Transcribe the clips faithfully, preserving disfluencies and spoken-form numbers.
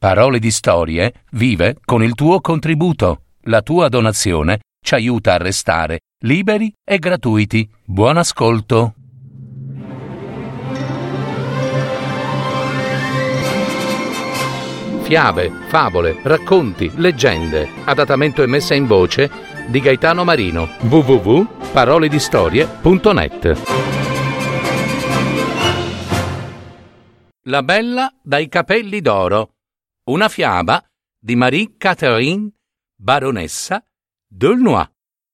Parole di Storie vive con il tuo contributo. La tua donazione ci aiuta a restare liberi e gratuiti. Buon ascolto. Fiabe, favole, racconti, leggende. Adattamento e messa in voce di Gaetano Marino. w w w punto parole di storie punto net. La bella dai capelli d'oro. Una fiaba di Marie-Catherine, baronessa d'Aulnoy.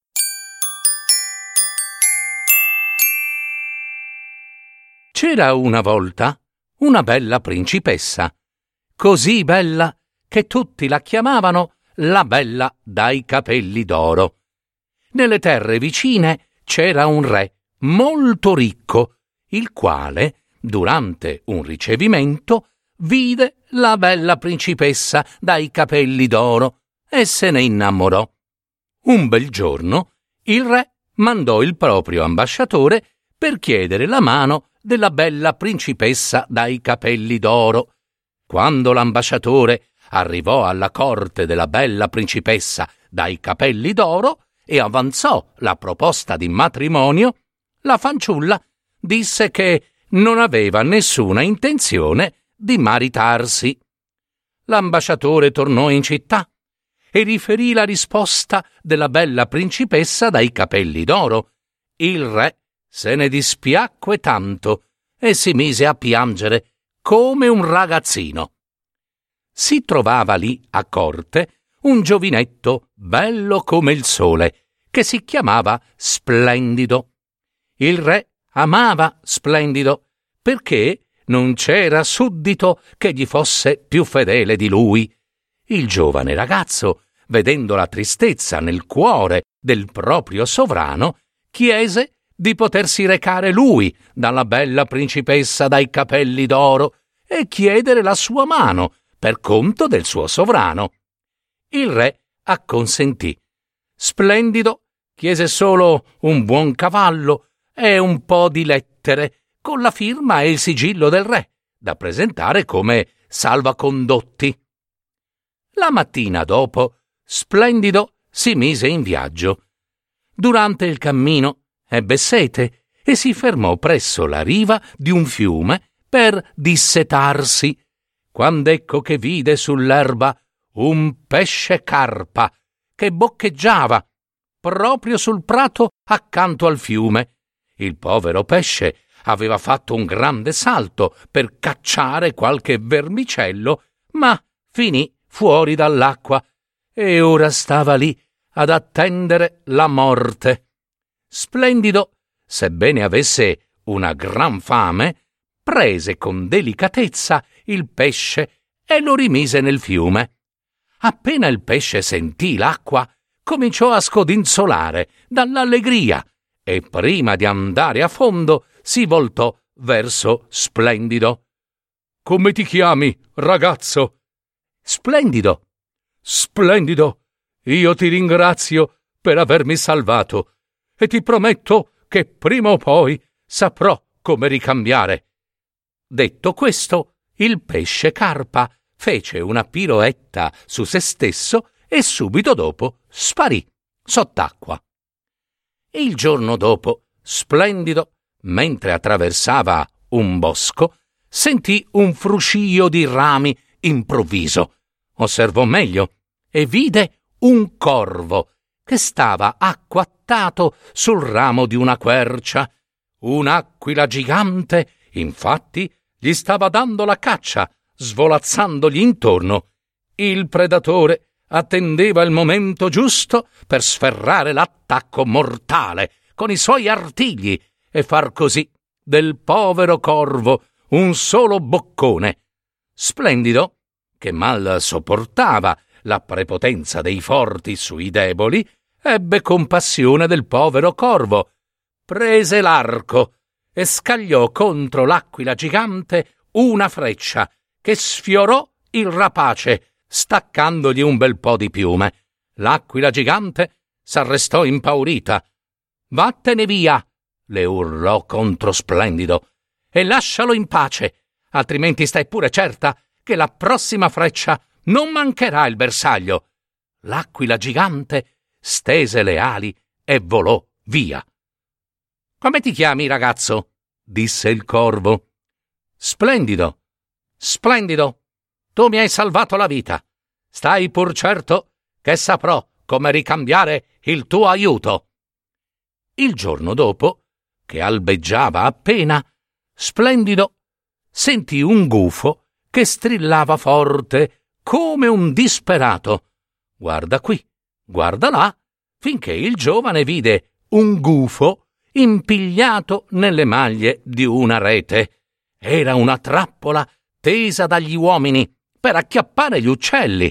C'era una volta una bella principessa, così bella che tutti la chiamavano la bella dai capelli d'oro. Nelle terre vicine c'era un re molto ricco, il quale, durante un ricevimento, vide la bella principessa dai capelli d'oro e se ne innamorò. Un bel giorno il re mandò il proprio ambasciatore per chiedere la mano della bella principessa dai capelli d'oro. Quando l'ambasciatore arrivò alla corte della bella principessa dai capelli d'oro e avanzò la proposta di matrimonio, la fanciulla disse che non aveva nessuna intenzione di maritarsi. L'ambasciatore tornò in città e riferì la risposta della bella principessa dai capelli d'oro. Il re se ne dispiacque tanto e si mise a piangere come un ragazzino. Si trovava lì a corte un giovinetto bello come il sole, che si chiamava Splendido. Il re amava Splendido perché non c'era suddito che gli fosse più fedele di lui. Il giovane ragazzo, vedendo la tristezza nel cuore del proprio sovrano, chiese di potersi recare lui dalla bella principessa dai capelli d'oro e chiedere la sua mano per conto del suo sovrano. Il re acconsentì. Splendido chiese solo un buon cavallo e un po' di lettere con la firma e il sigillo del re, da presentare come salvacondotti. La mattina dopo, Splendido si mise in viaggio. Durante il cammino ebbe sete e si fermò presso la riva di un fiume per dissetarsi, quando ecco che vide sull'erba un pesce carpa che boccheggiava proprio sul prato accanto al fiume. Il povero pesce aveva fatto un grande salto per cacciare qualche vermicello, ma finì fuori dall'acqua e ora stava lì ad attendere la morte. Splendido, sebbene avesse una gran fame, prese con delicatezza il pesce e lo rimise nel fiume. Appena il pesce sentì l'acqua, cominciò a scodinzolare dall'allegria e prima di andare a fondo si voltò verso Splendido. «Come ti chiami, ragazzo?» «Splendido». «Splendido, io ti ringrazio per avermi salvato e ti prometto che prima o poi saprò come ricambiare». Detto questo, il pesce carpa fece una piroetta su se stesso e subito dopo sparì sott'acqua. Il giorno dopo, Splendido, mentre attraversava un bosco, sentì un fruscio di rami improvviso. Osservò meglio e vide un corvo che stava acquattato sul ramo di una quercia. Un'aquila gigante, infatti, gli stava dando la caccia, svolazzandogli intorno. Il predatore attendeva il momento giusto per sferrare l'attacco mortale con i suoi artigli e far così del povero corvo un solo boccone. Splendido, che mal sopportava la prepotenza dei forti sui deboli, ebbe compassione del povero corvo, prese l'arco e scagliò contro l'aquila gigante una freccia che sfiorò il rapace, staccandogli un bel po' di piume. L'aquila gigante s'arrestò impaurita. «Vattene via!» le urlò contro Splendido, «e lascialo in pace, altrimenti stai pure certa che la prossima freccia non mancherà il bersaglio. L'aquila gigante stese le ali e volò via. Come ti chiami, ragazzo? Disse il corvo. Splendido, splendido, tu mi hai salvato la vita. Stai pur certo che saprò come ricambiare il tuo aiuto. Il giorno dopo, che albeggiava appena, Splendido sentì un gufo che strillava forte come un disperato. Guarda qui, guarda là, finché il giovane vide un gufo impigliato nelle maglie di una rete. Era una trappola tesa dagli uomini per acchiappare gli uccelli.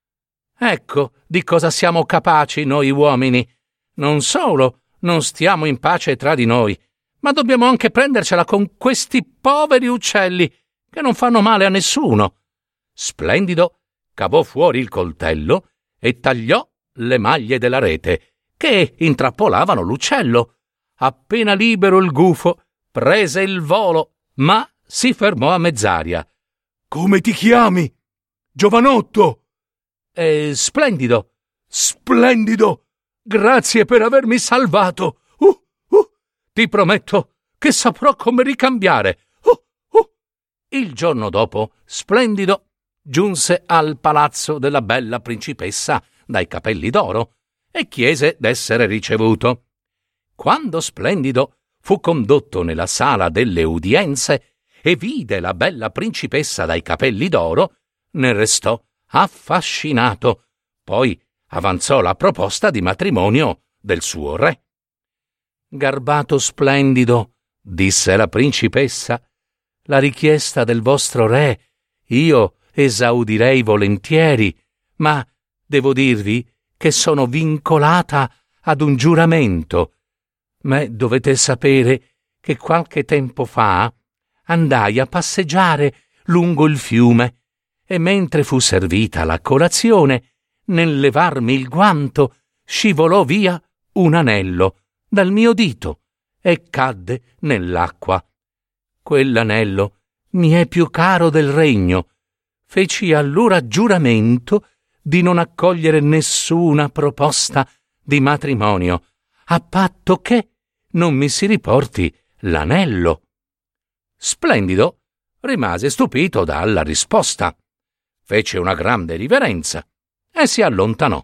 Ecco di cosa siamo capaci noi uomini. Non solo non stiamo in pace tra di noi, ma dobbiamo anche prendercela con questi poveri uccelli che non fanno male a nessuno. Splendido cavò fuori il coltello e tagliò le maglie della rete che intrappolavano l'uccello. Appena libero il gufo prese il volo, ma si fermò a mezz'aria. Come ti chiami? Giovanotto? Eh, splendido. Splendido! Grazie per avermi salvato. Uh, uh. Ti prometto che saprò come ricambiare. Uh, uh. Il giorno dopo, Splendido giunse al palazzo della bella principessa dai capelli d'oro e chiese d'essere ricevuto. Quando Splendido fu condotto nella sala delle udienze e vide la bella principessa dai capelli d'oro, ne restò affascinato. Poi avanzò la proposta di matrimonio del suo re. Garbato Splendido, disse la principessa, la richiesta del vostro re io esaudirei volentieri, ma devo dirvi che sono vincolata ad un giuramento. Ma dovete sapere che qualche tempo fa andai a passeggiare lungo il fiume e mentre fu servita la colazione, nel levarmi il guanto, scivolò via un anello dal mio dito e cadde nell'acqua. Quell'anello mi è più caro del regno. Feci allora giuramento di non accogliere nessuna proposta di matrimonio, a patto che non mi si riporti l'anello. Splendido rimase stupito dalla risposta. Fece una grande riverenza e si allontanò.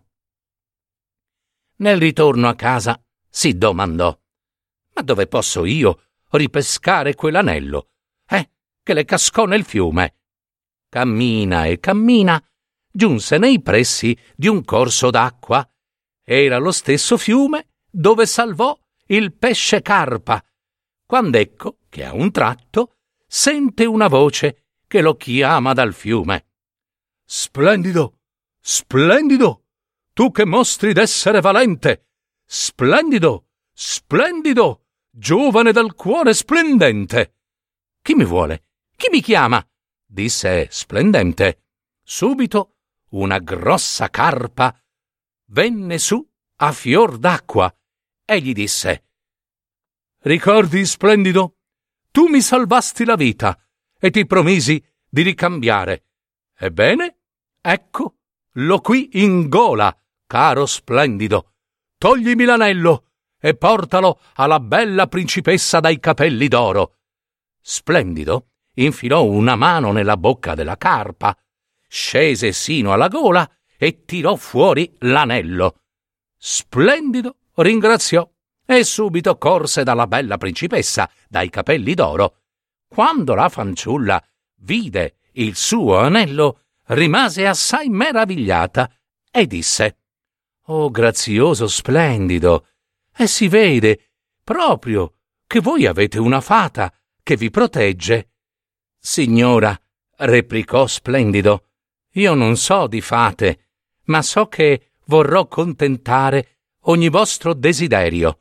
Nel ritorno a casa si domandò: ma dove posso io ripescare quell'anello? Eh, che le cascò nel fiume. Cammina e cammina, giunse nei pressi di un corso d'acqua. Era lo stesso fiume dove salvò il pesce carpa, quand'ecco che a un tratto sente una voce che lo chiama dal fiume. Splendido, Splendido, tu che mostri d'essere valente, Splendido, Splendido, giovane dal cuore splendente. Chi mi vuole? Chi mi chiama? Disse Splendente. Subito una grossa carpa venne su a fior d'acqua e gli disse: ricordi, Splendido, tu mi salvasti la vita e ti promisi di ricambiare. Ebbene, ecco, l'ho qui in gola, caro Splendido. Toglimi l'anello e portalo alla bella principessa dai capelli d'oro. Splendido infilò una mano nella bocca della carpa, scese sino alla gola e tirò fuori l'anello. Splendido ringraziò e subito corse dalla bella principessa dai capelli d'oro. Quando la fanciulla vide il suo anello, rimase assai meravigliata e disse: «Oh, grazioso Splendido, e si vede proprio che voi avete una fata che vi protegge». «Signora», replicò Splendido, «io non so di fate, ma so che vorrò contentare ogni vostro desiderio.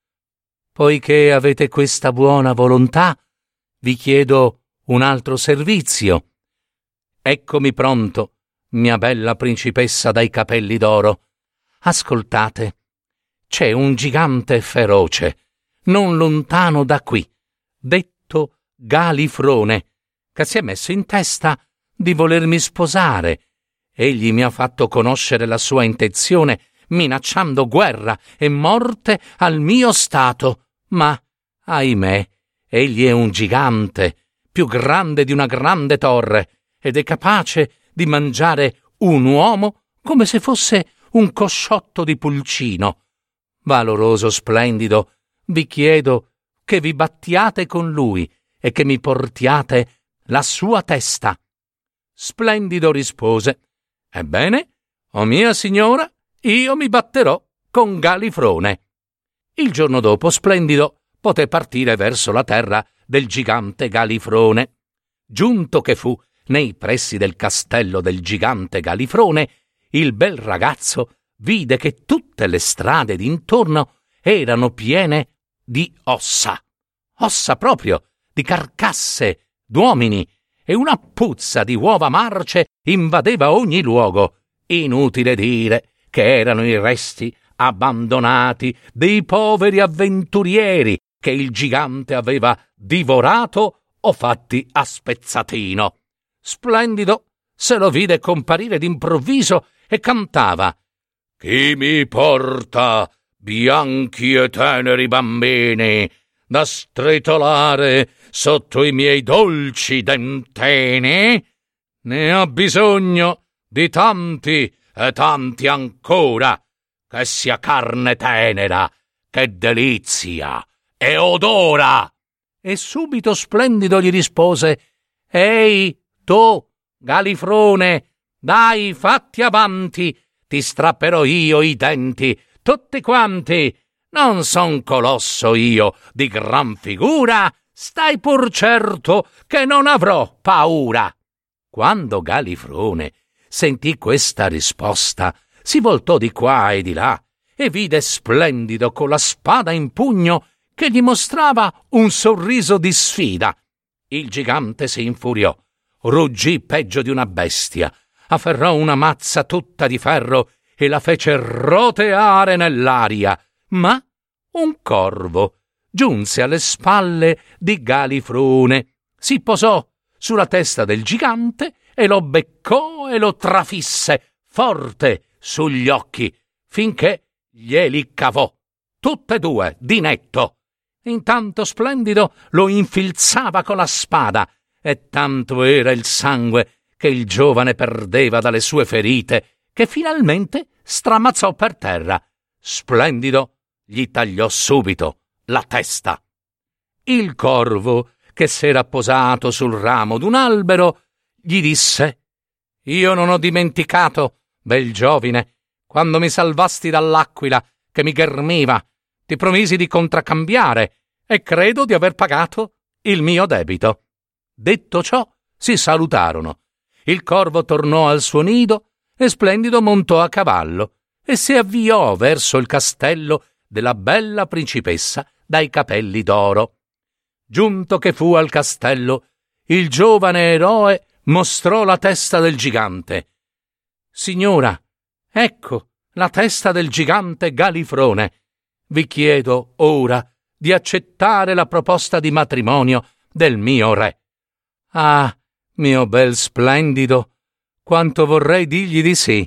Poiché avete questa buona volontà, vi chiedo un altro servizio. Eccomi pronto, mia bella principessa dai capelli d'oro. Ascoltate, c'è un gigante feroce, non lontano da qui, detto Galifrone, che si è messo in testa di volermi sposare. Egli mi ha fatto conoscere la sua intenzione, minacciando guerra e morte al mio stato. Ma, ahimè, egli è un gigante, più grande di una grande torre, ed è capace di mangiare un uomo come se fosse un cosciotto di pulcino. Valoroso Splendido, vi chiedo che vi battiate con lui e che mi portiate la sua testa. Splendido rispose: ebbene, o mia signora, io mi batterò con Galifrone. Il giorno dopo Splendido poté partire verso la terra del gigante Galifrone. Giunto che fu nei pressi del castello del gigante Galifrone, il bel ragazzo vide che tutte le strade d'intorno erano piene di ossa, ossa proprio, di carcasse, d'uomini, e una puzza di uova marce invadeva ogni luogo. Inutile dire che erano i resti abbandonati dei poveri avventurieri che il gigante aveva divorato o fatti a spezzatino. Splendido se lo vide comparire d'improvviso e cantava: «Chi mi porta bianchi e teneri bambini da stritolare sotto i miei dolci dentini? Ne ha bisogno di tanti e tanti ancora, che sia carne tenera, che delizia e odora!» E subito Splendido gli rispose: «Ehi, tu, Galifrone, dai, fatti avanti, ti strapperò io i denti, tutti quanti. Non son colosso io di gran figura, stai pur certo che non avrò paura». Quando Galifrone sentì questa risposta, si voltò di qua e di là e vide Splendido con la spada in pugno che gli mostrava un sorriso di sfida. Il gigante si infuriò, ruggì peggio di una bestia, afferrò una mazza tutta di ferro e la fece roteare nell'aria. Ma un corvo giunse alle spalle di Galifrone, si posò sulla testa del gigante e lo beccò e lo trafisse forte sugli occhi, finché glieli cavò, tutte e due, di netto. Intanto Splendido lo infilzava con la spada, e tanto era il sangue che il giovane perdeva dalle sue ferite, che finalmente stramazzò per terra. Splendido gli tagliò subito la testa. Il corvo, che s'era posato sul ramo d'un albero, gli disse: «Io non ho dimenticato, bel giovine, quando mi salvasti dall'aquila che mi ghermiva, ti promisi di contraccambiare e credo di aver pagato il mio debito». Detto ciò, si salutarono. Il corvo tornò al suo nido e Splendido montò a cavallo e si avviò verso il castello della bella principessa dai capelli d'oro. Giunto che fu al castello, il giovane eroe mostrò la testa del gigante. «Signora, ecco la testa del gigante Galifrone. Vi chiedo ora di accettare la proposta di matrimonio del mio re». «Ah, mio bel Splendido, quanto vorrei dirgli di sì,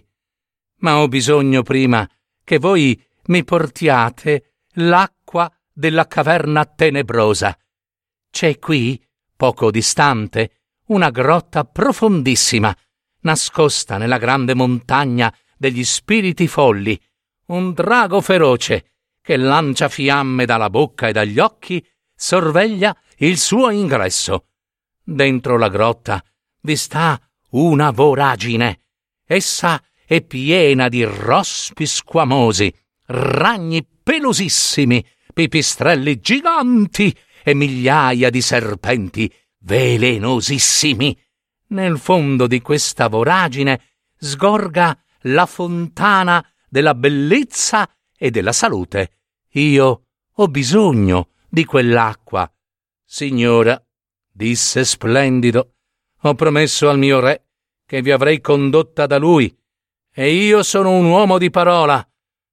ma ho bisogno prima che voi mi portiate l'acqua della caverna tenebrosa. C'è qui, poco distante, una grotta profondissima, nascosta nella grande montagna degli spiriti folli, un drago feroce che lancia fiamme dalla bocca e dagli occhi, sorveglia il suo ingresso. Dentro la grotta vi sta una voragine. Essa è piena di rospi squamosi, ragni pelosissimi, pipistrelli giganti e migliaia di serpenti velenosissimi. Nel fondo di questa voragine sgorga la fontana della bellezza e della salute. Io ho bisogno di quell'acqua». «Signora», disse Splendido, «ho promesso al mio re che vi avrei condotta da lui, e io sono un uomo di parola.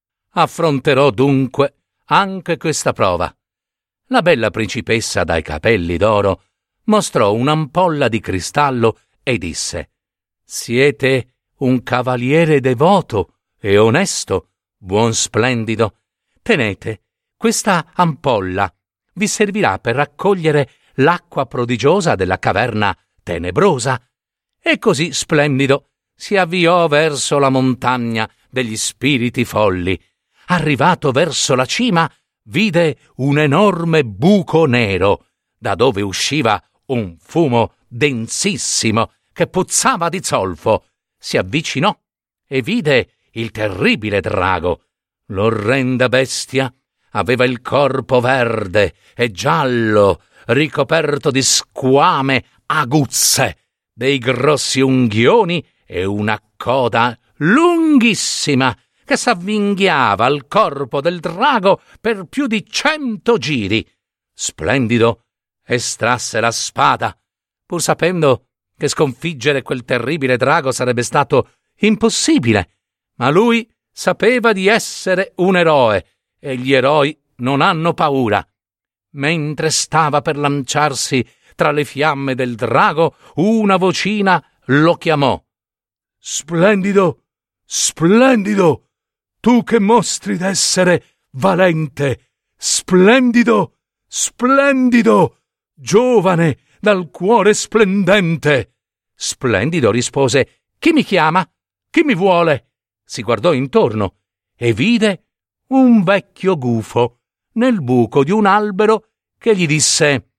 Affronterò dunque anche questa prova». La bella principessa dai capelli d'oro mostrò un'ampolla di cristallo e disse: «Siete un cavaliere devoto e onesto, buon Splendido. Tenete, questa ampolla vi servirà per raccogliere l'acqua prodigiosa della caverna tenebrosa». E così Splendido si avviò verso la montagna degli spiriti folli. Arrivato verso la cima, vide un enorme buco nero, da dove usciva un fumo densissimo che puzzava di zolfo. Si avvicinò e vide il terribile drago. L'orrenda bestia aveva il corpo verde e giallo, ricoperto di squame aguzze, dei grossi unghioni e una coda lunghissima che s'avvinghiava al corpo del drago per più di cento giri. Splendido estrasse la spada, pur sapendo che sconfiggere quel terribile drago sarebbe stato impossibile, ma lui sapeva di essere un eroe e gli eroi non hanno paura. Mentre stava per lanciarsi tra le fiamme del drago, una vocina lo chiamò. «Splendido, Splendido, tu che mostri d'essere valente, splendido, splendido, giovane dal cuore splendente». Splendido rispose: «Chi mi chiama? Chi mi vuole?» Si guardò intorno e vide un vecchio gufo nel buco di un albero che gli disse: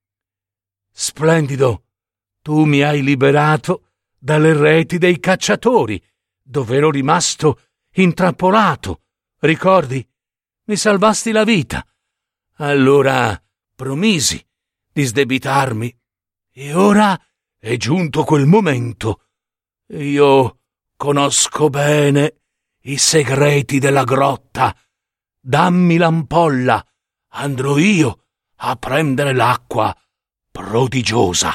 «Splendido, tu mi hai liberato dalle reti dei cacciatori, dove ero rimasto intrappolato. Ricordi? Mi salvasti la vita. Allora promisi di sdebitarmi. E ora è giunto quel momento. Io conosco bene i segreti della grotta. Dammi l'ampolla, andrò io a prendere l'acqua prodigiosa».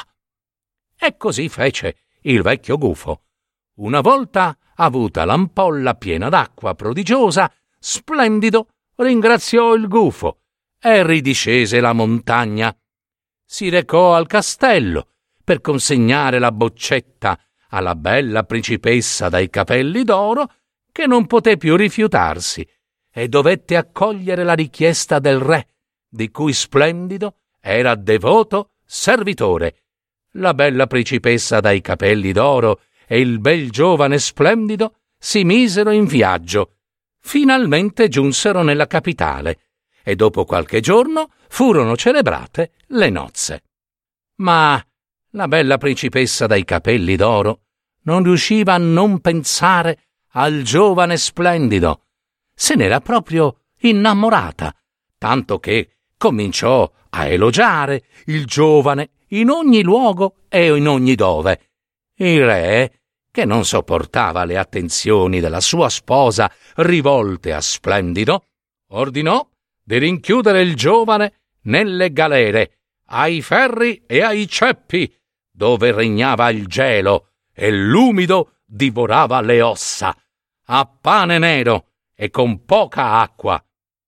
E così fece il vecchio gufo. Una volta avuta l'ampolla piena d'acqua prodigiosa, Splendido ringraziò il gufo e ridiscese la montagna. Si recò al castello per consegnare la boccetta alla bella principessa dai capelli d'oro, che non poté più rifiutarsi e dovette accogliere la richiesta del re, di cui Splendido era devoto servitore. La bella principessa dai capelli d'oro e il bel giovane Splendido si misero in viaggio. Finalmente giunsero nella capitale e dopo qualche giorno furono celebrate le nozze. Ma la bella principessa dai capelli d'oro non riusciva a non pensare al giovane Splendido. Se n'era proprio innamorata, tanto che cominciò a elogiare il giovane in ogni luogo e in ogni dove. Il re, che non sopportava le attenzioni della sua sposa rivolte a Splendido, ordinò di rinchiudere il giovane nelle galere, ai ferri e ai ceppi, dove regnava il gelo e l'umido divorava le ossa, a pane nero e con poca acqua.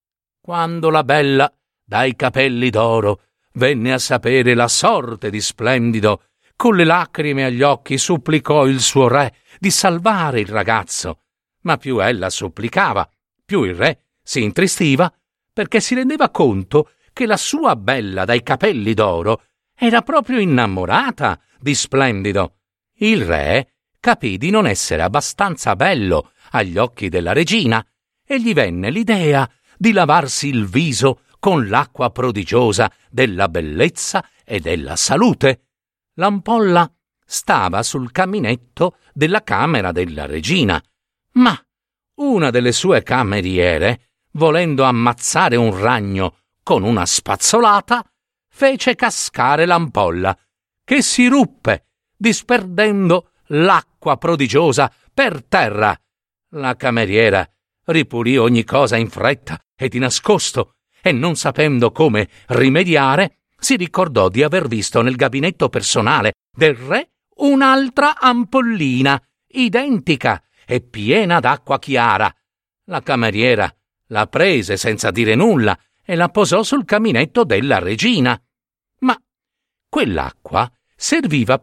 Quando la bella dai capelli d'oro venne a sapere la sorte di Splendido, con le lacrime agli occhi supplicò il suo re di salvare il ragazzo. Ma più ella supplicava, più il re si intristiva, perché si rendeva conto che la sua bella dai capelli d'oro era proprio innamorata di Splendido. Il re capì di non essere abbastanza bello agli occhi della regina e gli venne l'idea di lavarsi il viso con l'acqua prodigiosa della bellezza e della salute. L'ampolla stava sul caminetto della camera della regina, ma una delle sue cameriere, volendo ammazzare un ragno con una spazzolata, fece cascare l'ampolla, che si ruppe, disperdendo l'acqua prodigiosa per terra. La cameriera ripulì ogni cosa in fretta e di nascosto, e non sapendo come rimediare, si ricordò di aver visto nel gabinetto personale del re un'altra ampollina, identica e piena d'acqua chiara. La cameriera la prese senza dire nulla e la posò sul caminetto della regina. Ma quell'acqua serviva per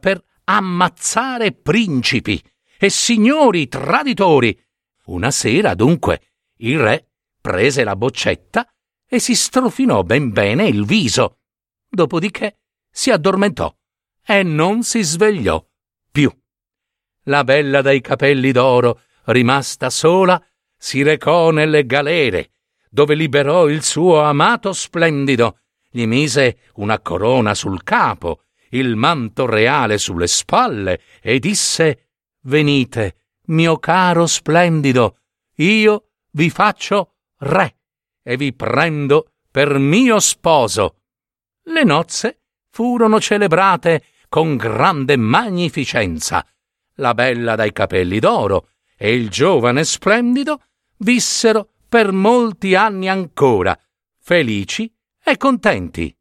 ammazzare principi e signori traditori. Una sera, dunque, il re prese la boccetta e si strofinò ben bene il viso. Dopodiché si addormentò e non si svegliò più. La bella dai capelli d'oro, rimasta sola, si recò nelle galere, dove liberò il suo amato splendido, gli mise una corona sul capo, il manto reale sulle spalle e disse: «Venite, mio caro splendido, io vi faccio re e vi prendo per mio sposo». Le nozze furono celebrate con grande magnificenza. La bella dai capelli d'oro e il giovane splendido vissero per molti anni ancora, felici e contenti.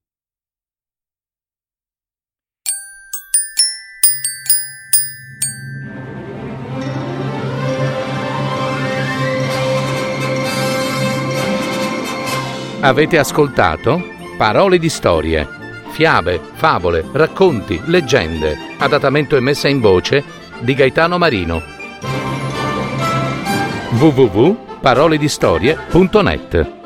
Avete ascoltato Parole di storie, fiabe, favole, racconti, leggende, adattamento e messa in voce di Gaetano Marino. w w w punto parole di storie punto net